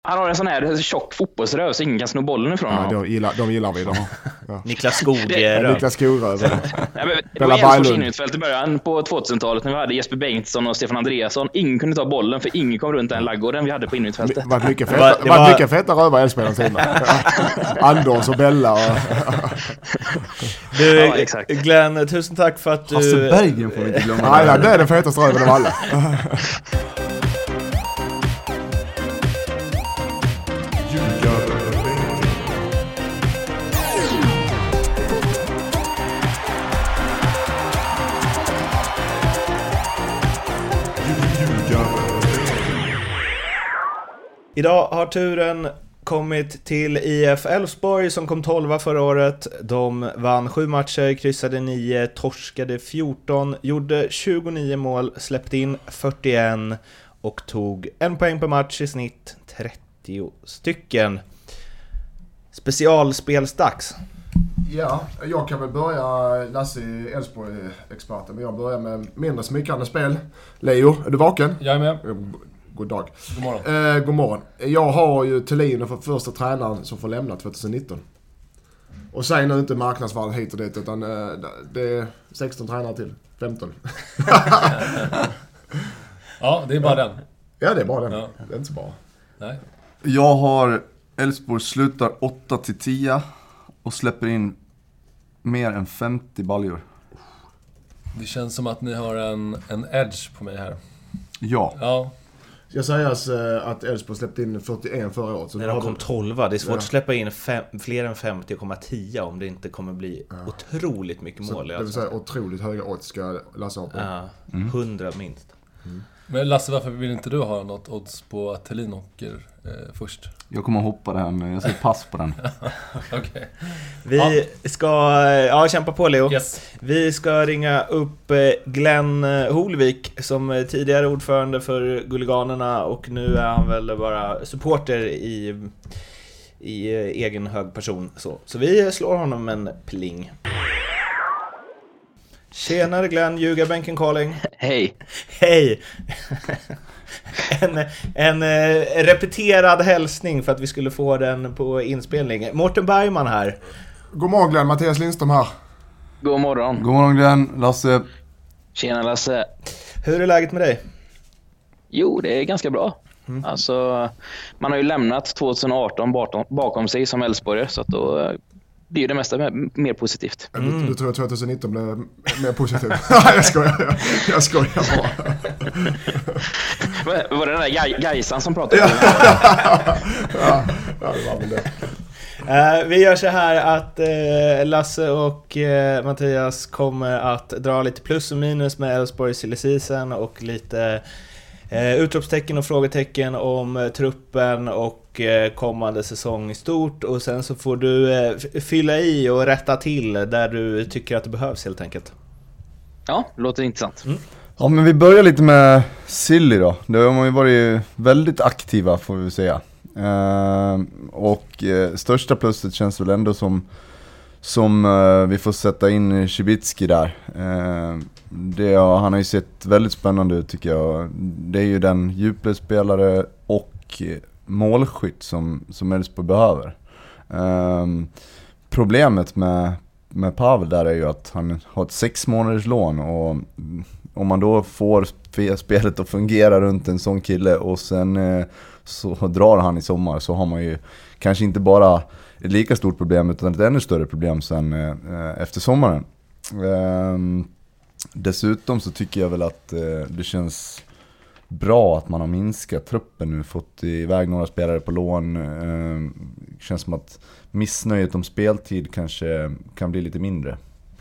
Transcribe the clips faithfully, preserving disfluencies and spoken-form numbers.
Han har en sån här tjock fotbollsröv så ingen kan sno bollen ifrån Ja, honom. de gillar, de gillar vi. De. Ja. Niklas Skog. Ja, Niklas Skogröv. Det var Elfsborgs innermittfält i början på tvåtusentalet när vi hade Jesper Bengtsson och Stefan Andreasson. Ingen kunde ta bollen för ingen kom runt den laggården vi hade på innermittfältet. Det var mycket feta, det var, var... mycket feta rövar Elfsborgs sida. Anders och Bella. Och... Du, ja, exakt. Glenn, tusen tack för att du... Hasse Bergen får vi inte glömma. Nej, det är den fetaste röven av alla. Idag har turen kommit till I F Elfsborg som kom tolva förra året. De vann sju matcher, kryssade nio, torskade fjorton, gjorde tjugonio mål, släppte in fyrtioen och tog en poäng per match i snitt, trettio stycken. Specialspelsdags. Ja, jag kan väl börja, Lasse är Elfsborg-experten, men jag börjar med mindre smickrande spel. Leo, är du vaken? Jag är med. God dag. God morgon. Eh, god morgon. Jag har ju Thelin för första tränaren som får lämna tjugonitton. Och säg nu inte marknadsvärdet hit och dit, utan eh, det är sexton tränare till femton. Ja, det är bara ja. den. Ja, det är bara den. Ja. Det är inte så bra. Nej. Jag har Elfsborg slutar åtta till tio och släpper in mer än femtio baljor. Det känns som att ni har en, en edge på mig här. Ja. Ja. Jag säger att Elfsborg släppte in fyrtioen förra året. Så när de kom tolva, det är svårt ja. att släppa in fem, fler än femtio komma tio om det inte kommer bli ja. otroligt mycket mål. Så, det vill säga otroligt höga odds ska Lasse ha på. Ja, mm. hundra minst. Mm. Men Lasse, varför vill inte du ha något odds på att Thelin åker eh, först? Jag kommer hoppa den, jag säger pass på den. Okay. Vi ja. ska ja, kämpa på, Leo. Yes. Vi ska ringa upp Glenn Holvik som tidigare ordförande för Guliganerna och nu är han väl bara supporter i, i egen hög person. Så, så vi slår honom en pling. Tjenare Glenn, ljugarbänken calling. Hej. Hej. en, en eh, repeterad hälsning för att vi skulle få den på inspelning. Mårten Bergman här. God morgon Glenn, Mattias Lindström här. God morgon. God morgon Glenn, Lasse. Tjena Lasse. Hur är läget med dig? Jo, det är ganska bra. Mm. Alltså, man har ju lämnat tjugoarton bakom sig som Elfsborgare, så att då blir det mesta mer positivt. Mm. Du, du tror att tjugonitton blev mer positivt? jag skojar, jag, jag skojar bara. Var det den där Gaisan som pratade? ja, ja, det var väl det. Uh, vi gör så här att uh, Lasse och uh, Mattias kommer att dra lite plus och minus med Elfsborg silly season och lite uh, utropstecken och frågetecken om uh, truppen och uh, kommande säsong i stort, och sen så får du uh, fylla i och rätta till där du tycker att det behövs helt enkelt. Ja, låter intressant. Mm. Ja, men vi börjar lite med silly då. Det har man ju varit väldigt aktiva, får vi säga. Uh, och uh, största plusset känns väl ändå som som uh, vi får sätta in Cibicki där. Uh, det, uh, han har ju sett väldigt spännande ut, tycker jag. Det är ju den djupledsspelare och uh, målskytt som som Elfsborg behöver. Uh, problemet med med Pavel där är ju att han har ett sex månaders lån, och om man då får spelet att fungera runt en sån kille och sen uh, så drar han i sommar, så har man ju kanske inte bara ett lika stort problem utan ett ännu större problem sen eh, efter sommaren. Eh, dessutom så tycker jag väl att eh, det känns bra att man har minskat truppen nu, fått iväg några spelare på lån. Eh, känns som att missnöjet om speltid kanske kan bli lite mindre.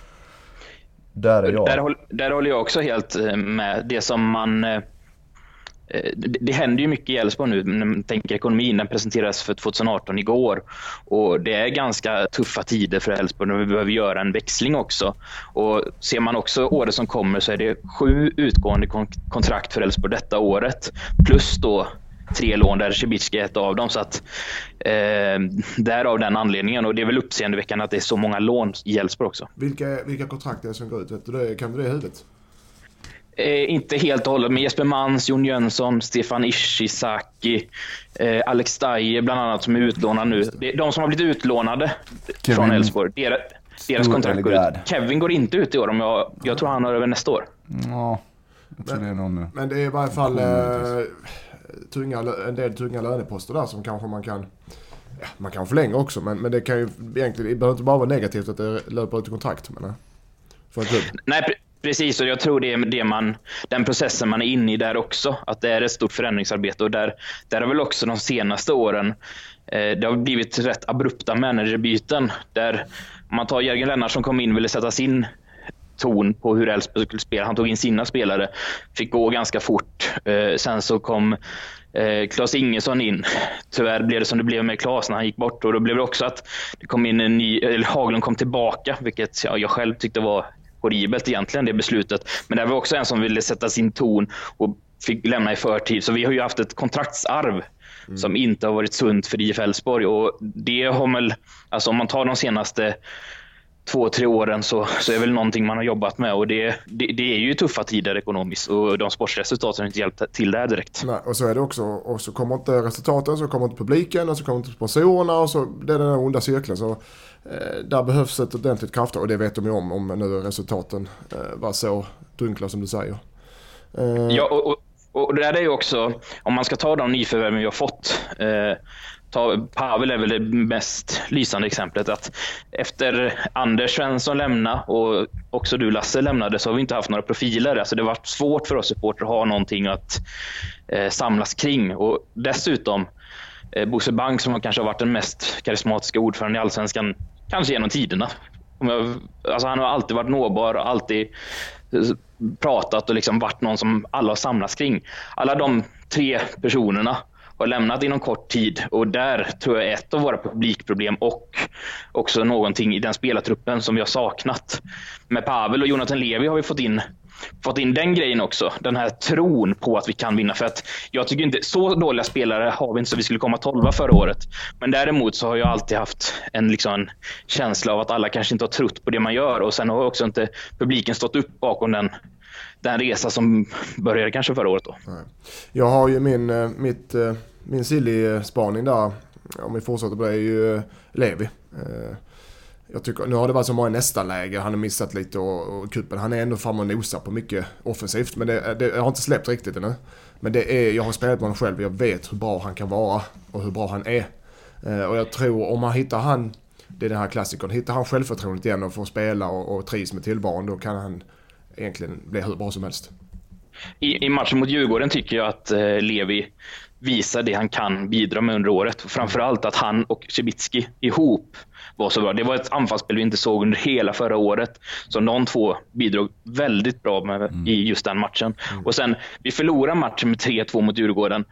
Där är jag. Där, håll, där håller jag också helt med. Det som man... Det, det händer ju mycket i Elfsborg nu när man tänker ekonomin. Den presenteras för tjugoarton igår, och det är ganska tuffa tider för Elfsborg när vi behöver göra en växling också. Och ser man också året som kommer så är det sju utgående kon- kontrakt för Elfsborg detta året, plus då tre lån där Cibicki är ett av dem, så att eh, därav den anledningen, och det är väl uppseendeväckande att det är så många lån i Elfsborg också. Vilka, vilka kontrakt är det som går ut? Vet du det? Kan du det i huvudet? Eh, inte helt och hållet, men Jesper Mans, Jon Jönsson, Stefan Ishizaki, eh, Alex Dyer bland annat som är utlånade nu. Det, de som har blivit utlånade Kevin, från Elfsborg, deras, deras kontrakt går ut. Gard. Kevin går inte ut i år, om jag, jag tror han har över nästa år. Ja, jag tror men, det är någon nu. Men det är i varje fall eh, tunga, en del tunga löneposter där som kanske man kan ja, man kan förlänga också, men, men det kan ju egentligen, det behöver inte bara vara negativt att det löper ut i kontrakt, men för en klubb. Nej, pre- precis, och jag tror det är det man, den processen man är inne i där också, att det är ett stort förändringsarbete, och där, där har väl också de senaste åren eh, det har blivit rätt abrupta managerbyten, där om man tar Jörgen Lennart som kom in och ville sätta sin ton på hur Elfsborg skulle spela. Han tog in sina spelare, fick gå ganska fort. Eh, sen så kom eh, Claes Ingesson in. Tyvärr blev det som det blev med Claes när han gick bort, och då blev det också att det kom in en ny, eller Haglund kom tillbaka, vilket ja, jag själv tyckte var horribelt egentligen, det beslutet. Men det var också en som ville sätta sin ton och fick lämna i förtid. Så vi har ju haft ett kontraktsarv mm. som inte har varit sunt för I F Elfsborg, och det har väl, alltså om man tar de senaste två, tre åren så, så är det väl någonting man har jobbat med, och det, det, det är ju tuffa tider ekonomiskt, och de sportresultaten har inte hjälpt till där direkt. Nej, och så är det också, och så kommer inte resultaten, så kommer inte publiken, och så kommer inte sponsorerna, och så det är den här onda cirkeln. Så eh, där behövs ett ordentligt kraft, och det vet de ju om, om nu resultaten eh, var så dunkla som du säger. Eh, ja, och, och, och det där är ju också, om man ska ta de nyförvärven vi har fått, eh, Ta, Pavel är väl det mest lysande exemplet, att efter Anders Svensson lämnade och också du Lasse lämnade, så har vi inte haft några profiler. Alltså det har varit svårt för oss supporter att ha någonting att eh, samlas kring, och dessutom eh, Bosse Bank, som kanske har varit den mest karismatiska ordförande i Allsvenskan kanske genom tiderna. Alltså han har alltid varit nåbar och alltid pratat och liksom varit någon som alla har samlats kring. Alla de tre personerna har lämnat inom kort tid, och där tror jag är ett av våra publikproblem, och också någonting i den spelartruppen som vi har saknat. Med Pavel och Jonathan Levi har vi fått in fått in den grejen också, den här tron på att vi kan vinna, för att jag tycker inte, så dåliga spelare har vi inte så vi skulle komma tolva förra året, men däremot så har jag alltid haft en, liksom, en känsla av att alla kanske inte har trott på det man gör, och sen har också inte publiken stått upp bakom den den resa som började kanske förra året då. Jag har ju min, mitt, min silly-spaning där, om vi fortsätter på det, är ju Levi. Jag tycker, nu har det varit så många nästa läge, han har missat lite och, och kuppen, han är ändå fram och nosar på mycket offensivt, men det, det, jag har inte släppt riktigt ännu. Men det är, jag har spelat med honom själv, jag vet hur bra han kan vara och hur bra han är. Och jag tror, om man hittar han, det är den här klassikern, hittar han självförtroendet igen och får spela och, och trivs med tillvaron, då kan han egentligen bli hur bra som helst. I, i matchen mot Djurgården tycker jag att eh, Levi visar det han kan bidra med under året. Framförallt att han och Cibicki ihop var så bra. Det var ett anfallsspel vi inte såg under hela förra året. Så de två bidrog väldigt bra med, mm. i just den matchen. Mm. Och sen, vi förlorar matchen med tre två mot Djurgården.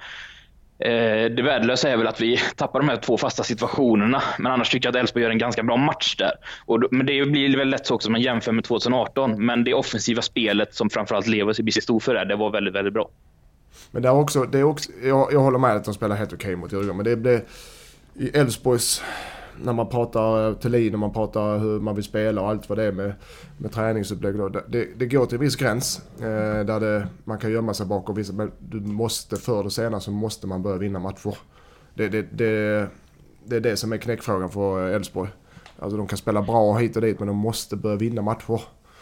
Eh, det värdelösa är väl att vi tappar de här två fasta situationerna, men annars tycker jag att Elfsborg gör en ganska bra match där. Och då, men det blir väl lätt så också som man jämför med tjugoarton, men det offensiva spelet som framförallt Levi och Cibicki stod för där, det var väldigt, väldigt bra. Men det är också, det är också jag, jag håller med att de spelar helt okej mot Djurgården, men det blir i Elfsborgs, när man pratar Thelin och man pratar hur man vill spela och allt vad det är med, med träningsupplägg, det, det går till en viss gräns eh, där det, man kan gömma sig bakom vissa, men du måste förr och senare så måste man börja vinna matcher. Det, det, det, det är det som är knäckfrågan för Elfsborg. Alltså de kan spela bra hit och dit, men de måste börja vinna matcher.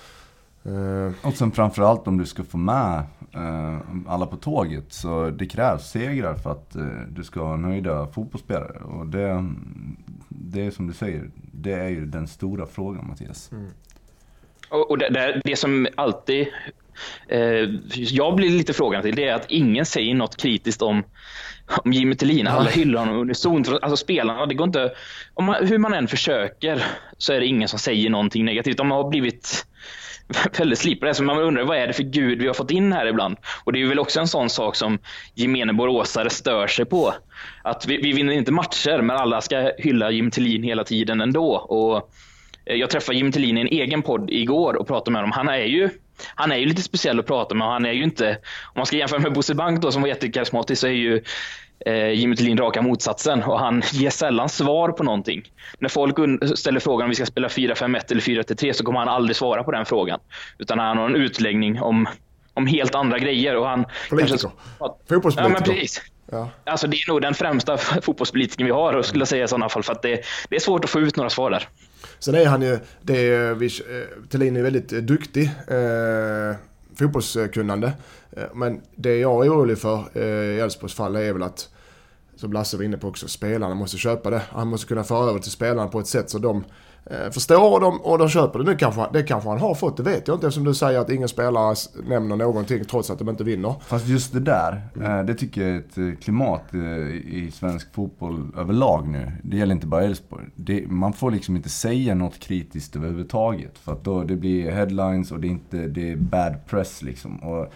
Uh, och sen framförallt om du ska få med uh, alla på tåget, så det krävs segrar för att uh, du ska ha nöjda fotbollsspelare, och det, det är som du säger, det är ju den stora frågan, Mattias. Mm. Och, och det, det, det som alltid eh, jag blir lite frågan till, det är att ingen säger något kritiskt om om Jimmy Thelin. Alla hyllar honom unisont. Alltså spelarna, det går inte, om man, hur man än försöker så är det ingen som säger någonting negativt. De har blivit väldigt slipade. Så man undrar, vad är det för gud vi har fått in här ibland? Och det är väl också en sån sak som gemene boråsare stör sig på. Att vi, vi vinner inte matcher, men alla ska hylla Jimmy Thelin hela tiden ändå. Och jag träffade Jimmy Thelin i en egen podd igår och pratade med honom. Han är ju Han är ju lite speciell att prata med, och han är ju inte, om man ska jämföra med Bosse Bank då, som var jättekarismatisk, så är ju eh, Jimmy Thelin raka motsatsen, och han ger sällan svar på någonting. När folk ställer frågan om vi ska spela fyra fem ett eller fyra tre tre, så kommer han aldrig svara på den frågan, utan han har en utläggning om om helt andra grejer. Och han Politiker. kanske, Fotbollspolitiker. Ja, men precis. Ja. Alltså det är nog den främsta fotbollspolitiken vi har, och skulle jag säga i sådana fall, för att det, det är svårt att få ut några svar där. Sen är han ju, det är, vi, Thelin är väldigt duktig, eh, fotbollskunnande. Eh, men det jag är orolig för eh, i Elfsborgs fall är väl att, som Lasse var inne på också, spelarna måste köpa det. Han måste kunna föra över till spelarna på ett sätt så de eh, förstår och de, och de köper det. Nu kanske, det kanske han har fått, det vet jag inte, eftersom du säger att ingen spelare nämner någonting trots att de inte vinner. Fast just det där, mm. det tycker jag är ett klimat i svensk fotboll överlag nu. Det gäller inte bara Elfsborg. Man får liksom inte säga något kritiskt överhuvudtaget, för att då det blir headlines och det är, inte, det är bad press liksom. Och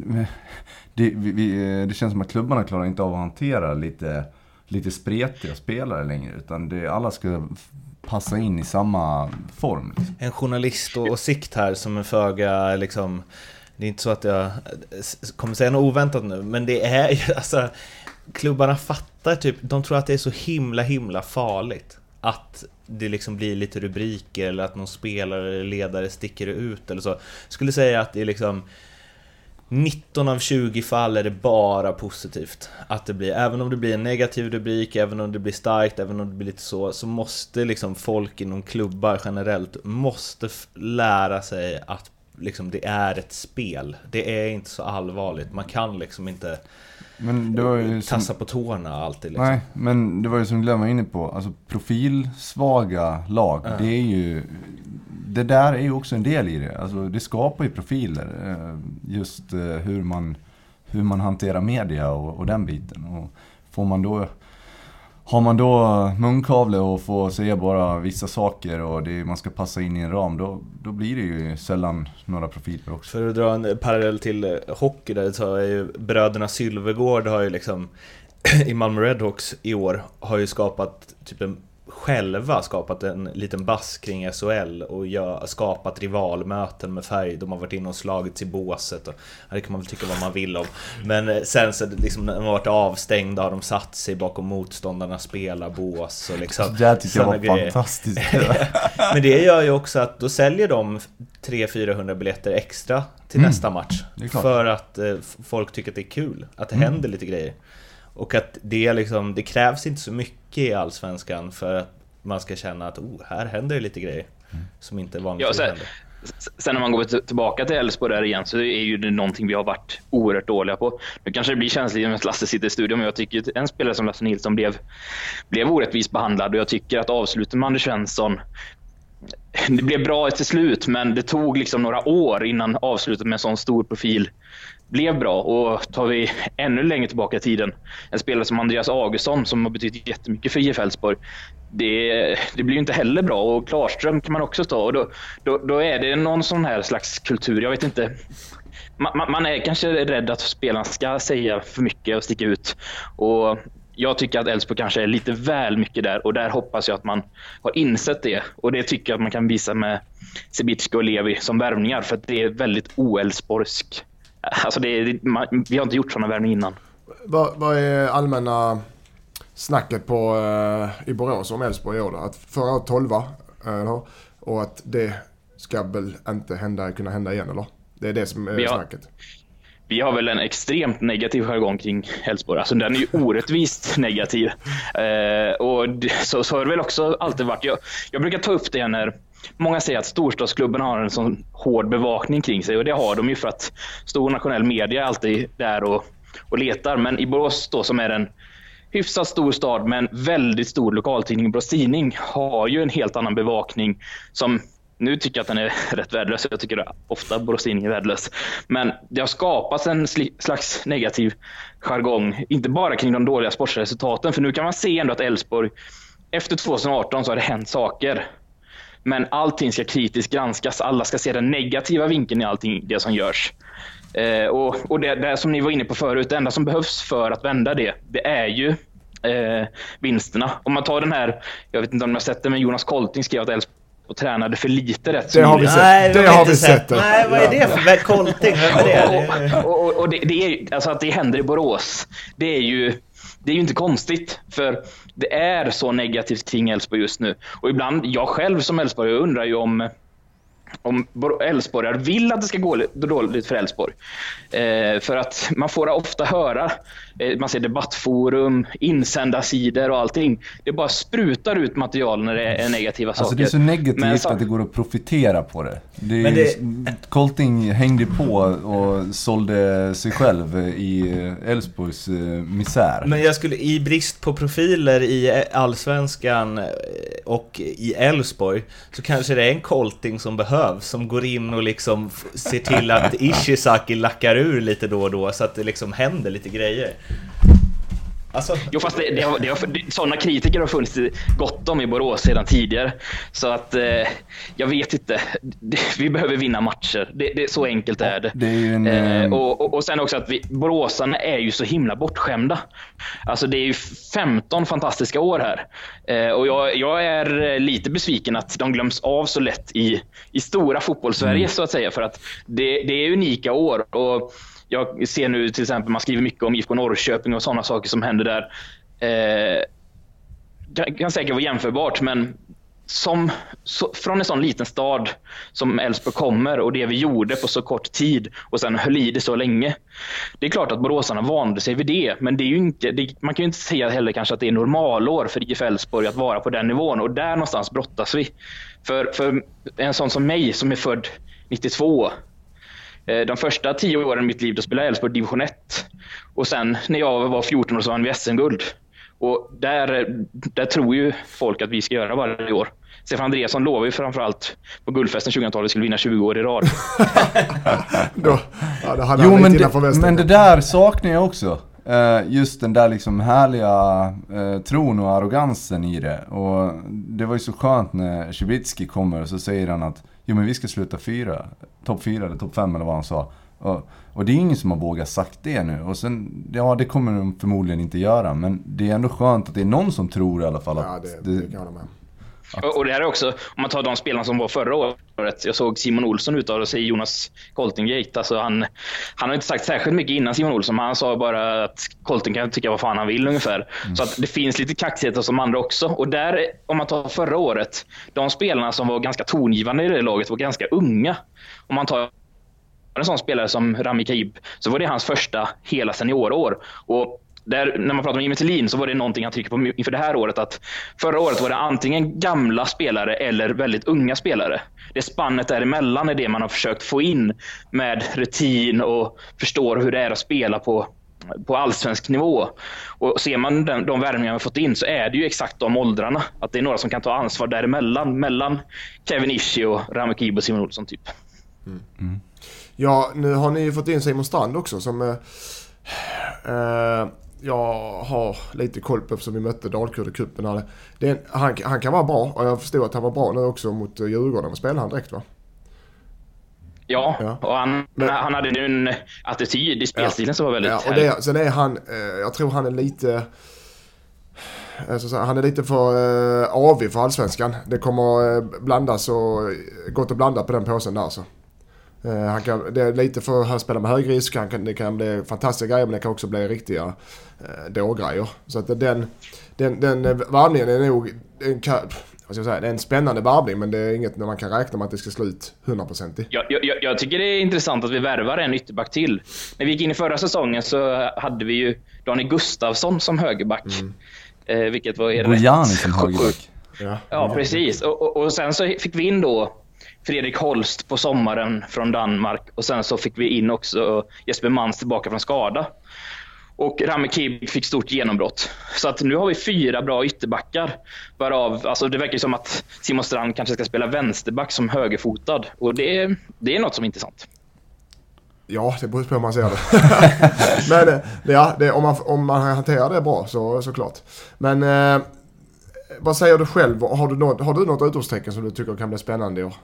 det, vi, vi, det känns som att klubbarna klarar inte av att hantera lite, lite spretiga spelare längre, utan det, alla ska passa in i samma form. Liksom. En journalist och åsikt här som är föga liksom, det är inte så att jag kommer säga något oväntat nu, men det är ju alltså, klubbarna fattar typ, de tror att det är så himla himla farligt att det liksom blir lite rubriker eller att någon spelare eller ledare sticker ut eller så. Skulle säga att det är liksom nitton av tjugo fall är det bara positivt att det blir, även om det blir en negativ rubrik, även om det blir starkt, även om det blir lite så, så måste liksom folk inom klubbar generellt måste f- lära sig att liksom det är ett spel. Det är inte så allvarligt. Man kan liksom inte men det var ju tassa som, på tårna alltid liksom. Nej, men det var ju som Glenn var inne på, alltså profilsvaga lag, mm. det är ju, det där är ju också en del i det. Alltså det skapar ju profiler, just hur man hur man hanterar media och, och den biten. Och får man då har man då munkavle och får säga bara vissa saker och det, man ska passa in i en ram, då, då blir det ju sällan några profiler också. För att dra en parallell till hockey där, så är ju bröderna Sylvegård har ju liksom i Malmö Redhawks i år har ju skapat typ en själva skapat en liten bass kring S H L och gör, skapat rivalmöten med färg. De har varit inne och slagits i båset och det kan man väl tycka vad man vill om. Men sen så liksom, när de har varit avstängda har de satt sig bakom motståndarna, spelar bås och liksom. Det tycker jag var grejer. Fantastiskt. Men det gör ju också att då säljer de tre till fyrahundra biljetter extra till mm. nästa match. För att eh, folk tycker att det är kul, att det mm. händer lite grejer. Och att det, liksom, det krävs inte så mycket i Allsvenskan för att man ska känna att oh, här händer det lite grejer mm. som inte vanligt ja, sen, sen när man går tillbaka till Elfsborg där igen, så är ju det någonting vi har varit oerhört dåliga på. Nu kanske det blir känsligt med att Lasse sitter i studion, men jag tycker att en spelare som Lasse Nilsson blev, blev orättvist behandlad, och jag tycker att avslutet med Anders Svensson, det blev bra till slut, men det tog liksom några år innan avslutet med en sån stor profil blev bra. Och tar vi ännu längre tillbaka i tiden, en spelare som Andreas Augustsson som har betytt jättemycket för I F Elfsborg, det, det blir ju inte heller bra. Och Klarström kan man också ta, och då, då, då är det någon sån här slags kultur, jag vet inte, man, man är kanske rädd att spelarna ska säga för mycket och sticka ut, och jag tycker att Elfsborg kanske är lite väl mycket där, och där hoppas jag att man har insett det. Och det tycker jag att man kan visa med Sibicki och Levi som värvningar, för att det är väldigt o-Elfsborgsk. Alltså det är, man, vi har inte gjort sådana värvningar innan. Vad, vad är allmänna snacket på uh, i Borås om Elfsborg i år då? Att förra året tolva uh, och att det ska väl inte hända, kunna hända igen, eller? Det är det som är vi har, snacket. Vi har väl en extremt negativ jargong kring Elfsborg. Alltså den är ju orättvist negativ. Uh, och så, så har det väl också alltid varit. Jag, jag brukar ta upp det när många säger att storstadsklubben har en sån hård bevakning kring sig, och det har de ju för att stor nationell media är alltid där och, och letar. Men i Borås då, som är en hyfsat stor stad med en väldigt stor lokaltidning, Borås Tidning, har ju en helt annan bevakning som nu tycker jag att den är rätt värdelös. Jag tycker att ofta Borås Tidning är värdelös. Men det har skapats en slags negativ jargong, inte bara kring de dåliga sportresultaten, för nu kan man se ändå att Elfsborg efter tjugoarton så har det hänt saker. Men allting ska kritiskt granskas. Alla ska se den negativa vinkeln i allting det som görs. Eh, och och det, det som ni var inne på förut, det enda som behövs för att vända det, det är ju eh, vinsterna. Om man tar den här, jag vet inte om ni har sett det, men Jonas Kolting skrev att Elfsborg och tränade för lite rätt. Det har vi sett. Nej, det har vi sett. sett. Nej, vad är det för Kolting? Vad är det? Och, och, och det, det är ju, alltså att det händer i Borås, det är ju det är ju inte konstigt, för det är så negativt kring Elfsborg just nu. Och ibland, jag själv som Elfsborg, jag undrar ju om om Elfsborgare vill att det ska gå dåligt för Elfsborg. Eh, för att man får ofta höra, eh, man ser debattforum, insändarsidor och allting. Det bara sprutar ut material när det är negativa alltså saker. Det är så negativt Men så... att det går att profitera på det. det, är det... Colting hängde på och sålde sig själv i Elfsborgs eh, misär. Men jag skulle, i brist på profiler i Allsvenskan och i Elfsborg, så kanske det är en Colting som behövs, som går in och liksom ser till att Ishizaki lackar ur lite då och då, så att det liksom händer lite grejer. Alltså... Jo, fast det, det har, det har, sådana kritiker har funnits gott om i Borås sedan tidigare. Så att eh, jag vet inte. Det, vi behöver vinna matcher. Det, det, så enkelt är det. det är ju en, eh, och, och, och sen också att vi, Boråsarna är ju så himla bortskämda. Alltså det är ju femton fantastiska år här. Eh, och jag, jag är lite besviken att de glöms av så lätt i, i stora fotbollssverige mm. så att säga. För att det, det är unika år. Och jag ser nu till exempel, man skriver mycket om I F K Norrköping och sådana saker som händer där. Eh, kan, kan säkert vara jämförbart, men som, så, från en sån liten stad som Elfsborg kommer och det vi gjorde på så kort tid och sen höll i det så länge. Det är klart att boråsarna vande sig vid det, men det är ju inte, det, man kan ju inte säga heller kanske att det är normalår för I F Elfsborg att vara på den nivån, och där någonstans brottas vi. För, för en sån som mig som är född nittiotvå, de första tio åren i mitt liv då spelade jag Elfsborg division ett. Och sen när jag var fjorton år så vann vi S M-guld. Och där, där tror ju folk att vi ska göra varje år. Stefan Andreasson lovar ju framförallt på guldfesten tjugohundratalet vi skulle vinna tjugo år i rad. då, ja, det hade jo, men det, men det där saknar jag också. Uh, just den där liksom härliga uh, tron och arrogansen i det. Och det var ju så skönt när Cibicki kommer och så säger han att jo, men vi ska sluta fyra, topp fyra eller topp fem eller vad han sa. Och, och det är ingen som har vågat sagt det nu. Och sen, ja, det kommer de förmodligen inte göra. Men det är ändå skönt att det är någon som tror i alla fall att ja, det, det, det kan jag med. Och, och det här är också, om man tar de spelarna som var förra året. Jag såg Simon Olsson uttala sig i Jonas Coltingate. Alltså han, han har inte sagt särskilt mycket innan Simon Olsson. Men han sa bara att Colting kan tycka vad fan han vill ungefär. Mm. Så att det finns lite kaxigheter som andra också. Och där, om man tar förra året, de spelarna som var ganska tongivande i det laget var ganska unga. Om man tar en sån spelare som Rami Kaib, så var det hans första hela seniorår. Och där, när man pratar om Jimmy Tillin, så var det någonting han trycker på inför det här året, att förra året var det antingen gamla spelare eller väldigt unga spelare. Det spannet däremellan är det man har försökt få in med rutin och förstår hur det är att spela på, på allsvensk nivå. Och ser man den, de värvningar vi fått in, så är det ju exakt de åldrarna. Att det är några som kan ta ansvar däremellan, mellan Kevin Ishii och Rami Kaib och Simon Olsson typ. Mm. Mm. Ja, nu har ni ju fått in Simon Strand också som eh, eh, jag har lite koll på eftersom vi mötte Dalkurd-cupen. Han, han, han kan vara bra, och jag förstår att han var bra nu också mot Djurgården. Men spelar han direkt, va? Ja, ja. Och han, Men, han hade nu en attityd i spelstilen ja. som var väldigt... Ja, och det, sen är han, eh, jag tror han är lite... Alltså, han är lite för eh, avig för allsvenskan. Det kommer eh, blandas och gott att blanda på den påsen där så. Uh, han kan, det är lite för att spela med hög risk. Han kan, det kan bli fantastiska grejer, men det kan också bli riktiga uh, dågrejer. Så att den, den, den varvningen är nog en, vad ska jag säga, det är en spännande varvning, men det är inget när man kan räkna med att det ska slut hundra procent. Jag, jag, jag tycker det är intressant att vi värvar en ytterback till. När vi gick in i förra säsongen så hade vi ju Daniel Gustafsson som högerback. Mm. Uh, vilket var Bojani som högerback. Ja, ja, precis. Och, och, och sen så fick vi in då Fredrik Holst på sommaren från Danmark, och sen så fick vi in också Jesper Mans tillbaka från skada. Och Rami Kaib fick stort genombrott. Så att nu har vi fyra bra ytterbackar. Varav, alltså det verkar som att Simon Strand kanske ska spela vänsterback som högerfotad. Och det är, det är något som är intressant. Ja, det beror på hur man ser det. Men ja, det, om, man, om man hanterar det bra så såklart. Men eh, vad säger du själv? Har du något, har du något utropstecken som du tycker kan bli spännande i år?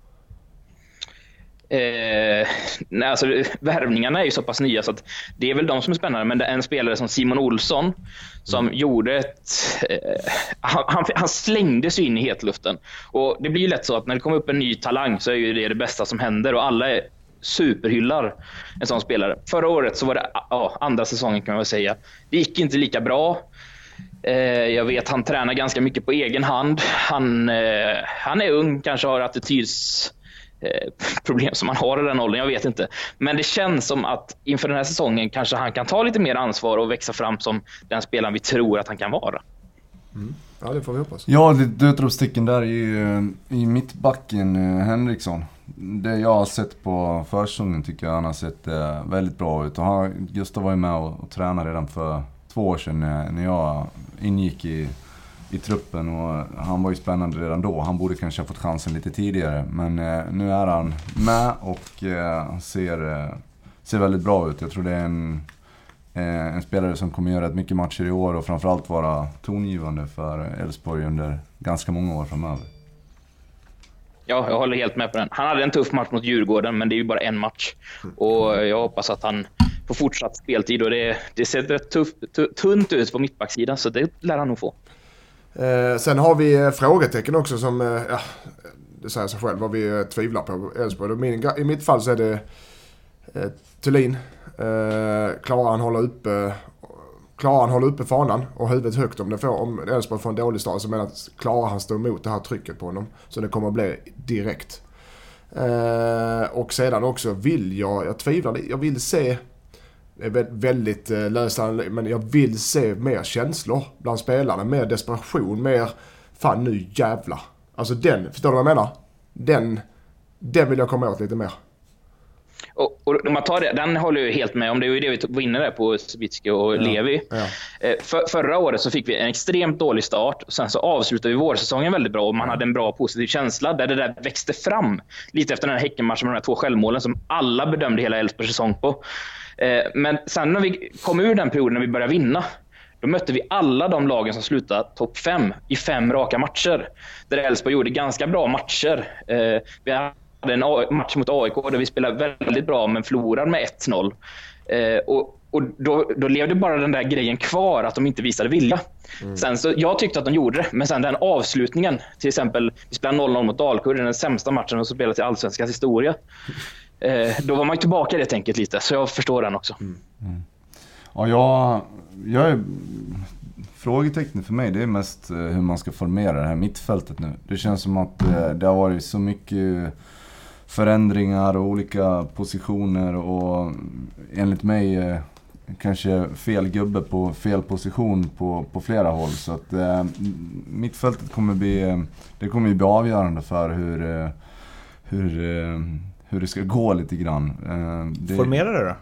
Eh, nej, alltså, värvningarna är ju så pass nya så att det är väl de som är spännande, men det är en spelare som Simon Olsson som mm. gjorde ett eh, han, han, han slängde sig in i hetluften, och det blir ju lätt så att när det kommer upp en ny talang så är ju det det bästa som händer, och alla är superhyllar en sån spelare. Förra året så var det ja, andra säsongen kan man väl säga, det gick inte lika bra. eh, jag vet han tränar ganska mycket på egen hand. Han, eh, han är ung, kanske har attityds eh, problem som man har i den åldern, jag vet inte. Men det känns som att inför den här säsongen kanske han kan ta lite mer ansvar och växa fram som den spelaren vi tror att han kan vara. Mm. Ja, det får vi hoppas. Ja, det utropstecken där i, i mittbacken, Henriksson. Det jag har sett på försäsongen tycker jag han har sett eh, väldigt bra ut. Och han, Gustav var ju med och, och tränade redan för två år sedan när, när jag ingick i, i truppen. Och han var ju spännande redan då. Han borde kanske ha fått chansen lite tidigare. Men eh, nu är han med och eh, ser, eh, ser väldigt bra ut. Jag tror det är en, eh, en spelare som kommer göra ett mycket matcher i år och framförallt vara tongivande för Elfsborg under ganska många år framöver. Ja, jag håller helt med på den. Han hade en tuff match mot Djurgården, men det är ju bara en match. Och jag hoppas att han får fortsatt speltid. Och det, det ser rätt tuff, tunt ut på mittbacksidan, så det lär han nog få. Eh, sen har vi frågetecken också som, eh, ja, det säger sig själv vad vi tvivlar på Elfsborg. Min, I mitt fall så är det eh, Thulin. Eh, klarar han hålla uppe... Klarar han hålla uppe fanan och huvudet högt om det får, om Elfsborg får en dålig start, så menar att klarar han stå emot det här trycket på honom, så det kommer att bli direkt. Eh, och sedan också vill jag, jag tvivlar, jag vill se, det är väldigt eh, lösande, men jag vill se mer känslor bland spelarna, mer desperation, mer fan nu jävla. Alltså den, förstår du vad jag menar? Den, den vill jag komma åt lite mer. Och, och om man tar det, den håller jag helt med om. Det är ju det vi var inne där på Sibicki och ja, Levi. Ja. För, förra året så fick vi en extremt dålig start. Och sen så avslutade vi vårsäsongen väldigt bra. Och man hade en bra positiv känsla där det där växte fram. Lite efter den här Häckenmatchen med de här två självmålen som alla bedömde hela Elfsborgs säsong på. Men sen när vi kom ur den perioden när vi började vinna, då mötte vi alla de lagen som slutade topp fem i fem raka matcher. Där Elfsborg gjorde ganska bra matcher. Vi hade en match mot A I K där vi spelade väldigt bra men förlorade med ett noll. Eh, och och då, då levde bara den där grejen kvar att de inte visade vilja. Mm. Sen så, jag tyckte att de gjorde det, men sen den avslutningen, till exempel vi spelade noll noll mot Dalkurd, den sämsta matchen och så spelade till Allsvenskans historia. Eh, då var man ju tillbaka i det tänket lite, så jag förstår den också. Mm. Mm. Ja, jag, jag är... Frågetecknet för mig, det är mest hur man ska formera det här mittfältet nu. Det känns som att det har varit så mycket förändringar och olika positioner och enligt mig kanske fel gubbe på fel position på, på flera håll. Så att eh, mittfältet kommer bli, det kommer bli avgörande för hur, hur, hur det ska gå lite grann. Eh, det, Formera det då?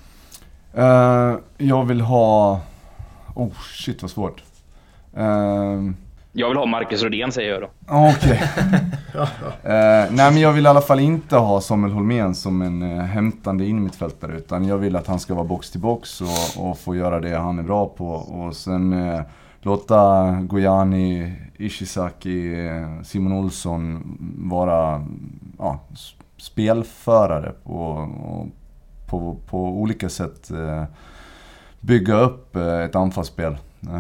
Eh, jag vill ha... Oh shit vad svårt. Uh, jag vill ha Marcus Rodén, säger jag då. Okej. Okay. uh, nej men jag vill i alla fall inte ha Samuel Holmén som en uh, hämtande in mittfältare, utan jag vill att han ska vara box till box och, och få göra det han är bra på. Och sen uh, låta Gojani, Ishizaki, Simon Olsson vara uh, spelförare på, på, på olika sätt. Uh, bygga upp ett anfallsspel.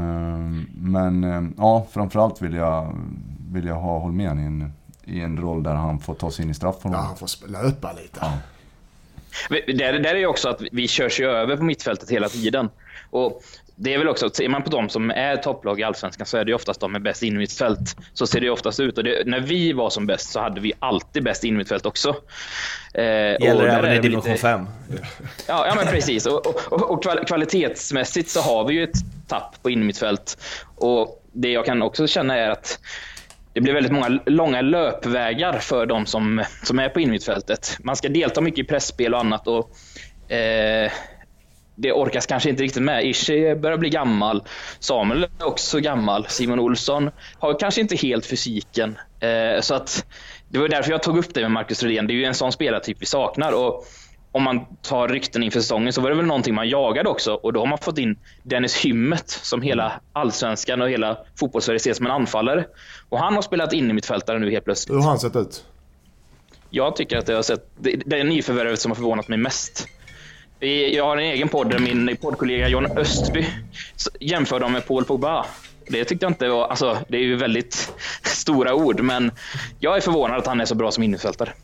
Men ja, framförallt vill jag, vill jag ha Holmén i en, i en roll där han får ta sig in i straffområdet. Ja, han får löpa lite. Ja. Där, där är ju också att vi kör sig över på mittfältet hela tiden. Och det är väl också, ser man på de som är topplag i Allsvenskan så är det ju oftast de med bäst innermittfält. Så ser det ju oftast ut. Och det, när vi var som bäst så hade vi alltid bäst innermittfält också. Eh, Gäller även i division fem. Ja, ja men precis. Och, och, och kvalitetsmässigt så har vi ju ett tapp på innermittfält. Och det jag kan också känna är att det blir väldigt många långa löpvägar för de som, som är på innermittfältet. Man ska delta mycket i pressspel och annat och eh, det orkas kanske inte riktigt med. Ishi börjar bli gammal. Samuel är också gammal. Simon Olsson har kanske inte helt fysiken. Eh, så att det var därför jag tog upp det med Marcus Rodén. Det är ju en sån spelartyp vi saknar. Och om man tar rykten inför säsongen så var det väl någonting man jagade också. Och då har man fått in Dennis Hymmet som hela Allsvenskan och hela fotbollssverige ser som en anfallare. Och han har spelat in i mittfältare nu helt plötsligt. Hur har han sett ut? Jag tycker att det har sett, det är nyförvärvet som har förvånat mig mest. Jag har en egen podd där min poddkollega John Östby jämför dem med Paul Pogba. Det tyckte jag inte var, alltså det är ju väldigt stora ord, men jag är förvånad att han är så bra som innermittfältare.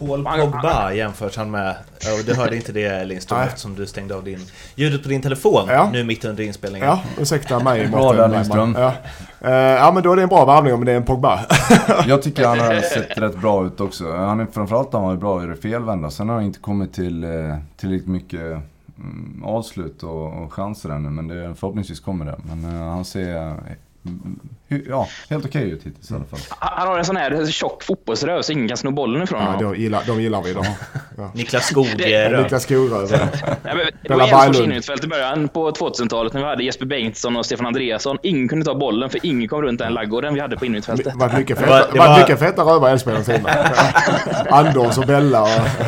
Paul Pogba jämförs han med. Och du hörde inte det, Lindström, eftersom du stängde av din ljudet på din telefon ja. nu mitt under inspelningen. Ja, ursäkta mig. Bra där, Lindström. Ja. Uh, ja, men då är det en bra värvning om det är en Pogba. Jag tycker han har sett rätt bra ut också. Han är framförallt han var bra i det felvända. Sen har han inte kommit till tillräckligt mycket mm, avslut och, och chanser ännu. Men det, förhoppningsvis kommer det. Men uh, han ser... Ja, helt okej ut hittills i alla fall. Han har en sån här tjock fotbollsröv så ingen kan sno bollen ifrån ja, honom. De gillar, de gillar vi då. Ja. Niklas Skog-röv. Niklas Skog-röv. Ja, det var Elfsborgs innermittfält i början på tvåtusentalet när vi hade Jesper Bengtsson och Stefan Andreasson. Ingen kunde ta bollen för ingen kom runt den laggården vi hade på innermittfältet. Det var mycket feta, det var, var... mycket feta rövar i Elfsborg tiden. Anders och Bella. Och...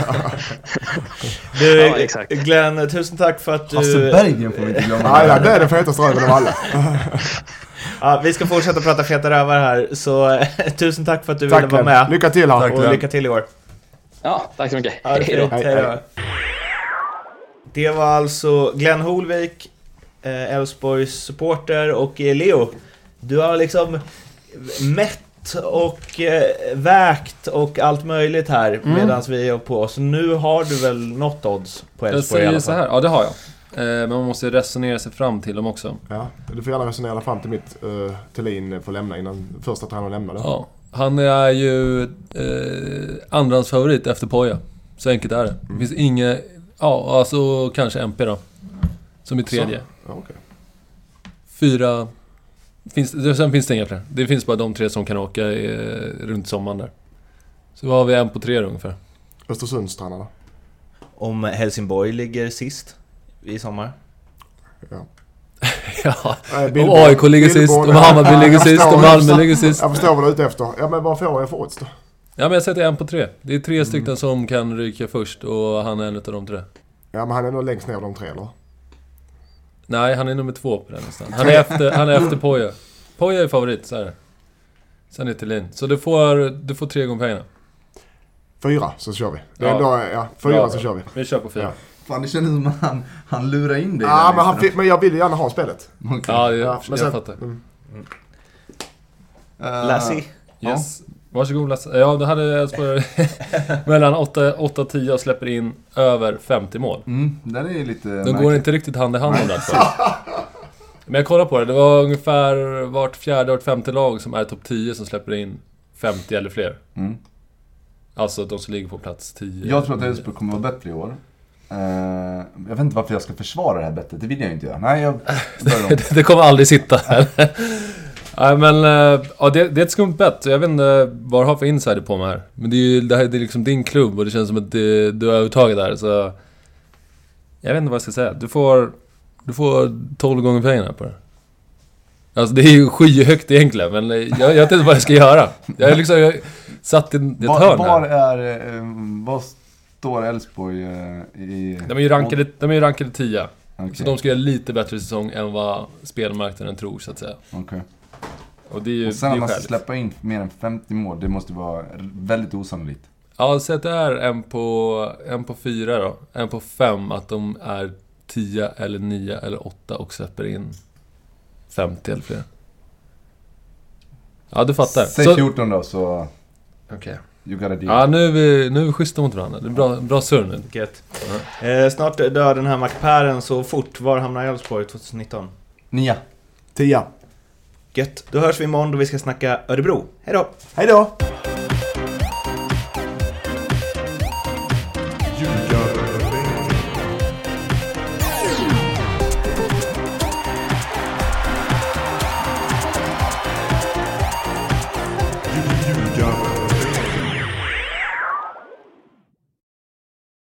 Du, ja, exakt. Glenn, tusen tack för att du... Hasse Bergen får vi inte glömma. Nej, det är den fetaste röven av alla. Ja, vi ska fortsätta prata feta rövar här. Så tusen tack för att du tack, ville vara med. Lycka till här. Och lycka till i år. Ja, tack så mycket. Ja, hej då. Hej då. Det var alltså Glenn Holvik, Elfsborgs supporter, och Leo. Du har liksom mätt och vägt och allt möjligt här mm. medan vi är på. Så nu har du väl något odds på Elfsborg i alla fall? Så här. Ja, det har jag. Men man måste resonera sig fram till dem också. Ja, du får gärna resonera fram till mitt uh, Thelin får lämna innan första tränaren lämnar det. Ja, han är ju eh, andrans favorit efter Poja. Så enkelt är det. Det finns inga... Ja, alltså kanske M P då. Som är tredje. Ja, okay. Fyra... Finns, sen finns det inga fler. Det finns bara de tre som kan åka eh, runt sommaren där. Så har vi en på tre ungefär. Östersunds tränare. Om Helsingborg ligger sist i sommar. Ja. Ja. Om A I K ligger sist, om Hammarby ligger sist, om Malmö ligger sist. Jag förstår vad du är ute efter. Ja, men vad får jag för odds då? Ja, men jag sätter en på tre. Det är tre mm. stycken som kan ryka först och han är en av de tre. Ja, men han är nog längst ner av de tre, eller? Nej, han är nummer två på den listan. Han är efter, han är efter Poja. Poja är favorit, så är det. Sen är Thelin. Så du får, du får tre gånger pengarna. Fyra, så kör vi. Det är ja. ändå, ja, fyra ja, så kör vi. Vi kör på fyra. Ja. Fan, det kändes som att han, han lurar in dig. Ja, men, han, men jag vill ju gärna ha spelet. Okay. Ja, jag, ja, men jag sen, fattar. Mm. Mm. Uh, Lassie. Yes. Ja. Varsågod Lasse. Ja, det hade jag på mellan åtta och tio och släpper in över femtio mål. Mm, den är lite... De märkligt. Går inte riktigt hand i hand om det. Men jag kollar på det. Det var ungefär vart fjärde och vart femte lag som är topp tio som släpper in femtio eller fler. Mm. Alltså de som ligger på plats tio. Jag tror att Elfsborg kommer vara bättre i år. Uh, jag vet inte varför jag ska försvara det här bettet. Det vill jag inte göra. Nej, jag... det, det kommer aldrig sitta här. Nej, men ja, det, det är ett skumt bett. Jag vet inte vad du har för insider på mig här. Men det är ju det här, det är liksom din klubb och det känns som att det, du har övertaget där. Så jag vet inte vad jag ska säga. Du får, du får tolv gånger pengarna på det. Alltså det är ju skyhögt egentligen, men jag, jag vet inte vad jag ska göra. Jag är liksom jag satt i ett var, hörn var är vad står Elfsborg i? De är ju rankade, de är ju rankade tio. Okay. Så de ska göra lite bättre säsong än vad spelmarknaden tror, så att säga. Okej. Okay. Och, det är ju, och sen det är att man ska skäligt. släppa in mer än femtio mål, det måste vara väldigt osannolikt. Ja, så att det är en på, en på fyra då. En på fem, att de är tio eller nio eller åtta och släpper in femtio eller fler. Ja, du fattar. Säg fjorton då, så... Okej. Okay. You got a deal. Ja, nu är vi, nu är vi schyssta mot varandra. Det är bra, bra surr nu. Gött. Uh-huh. Eh, snart dör den här McPären så fort. Var hamnar Elfsborg tjugonitton? Nia. Tia. Gött. Då hörs vi imorgon då vi ska snacka Örebro. Hej då! Hej då!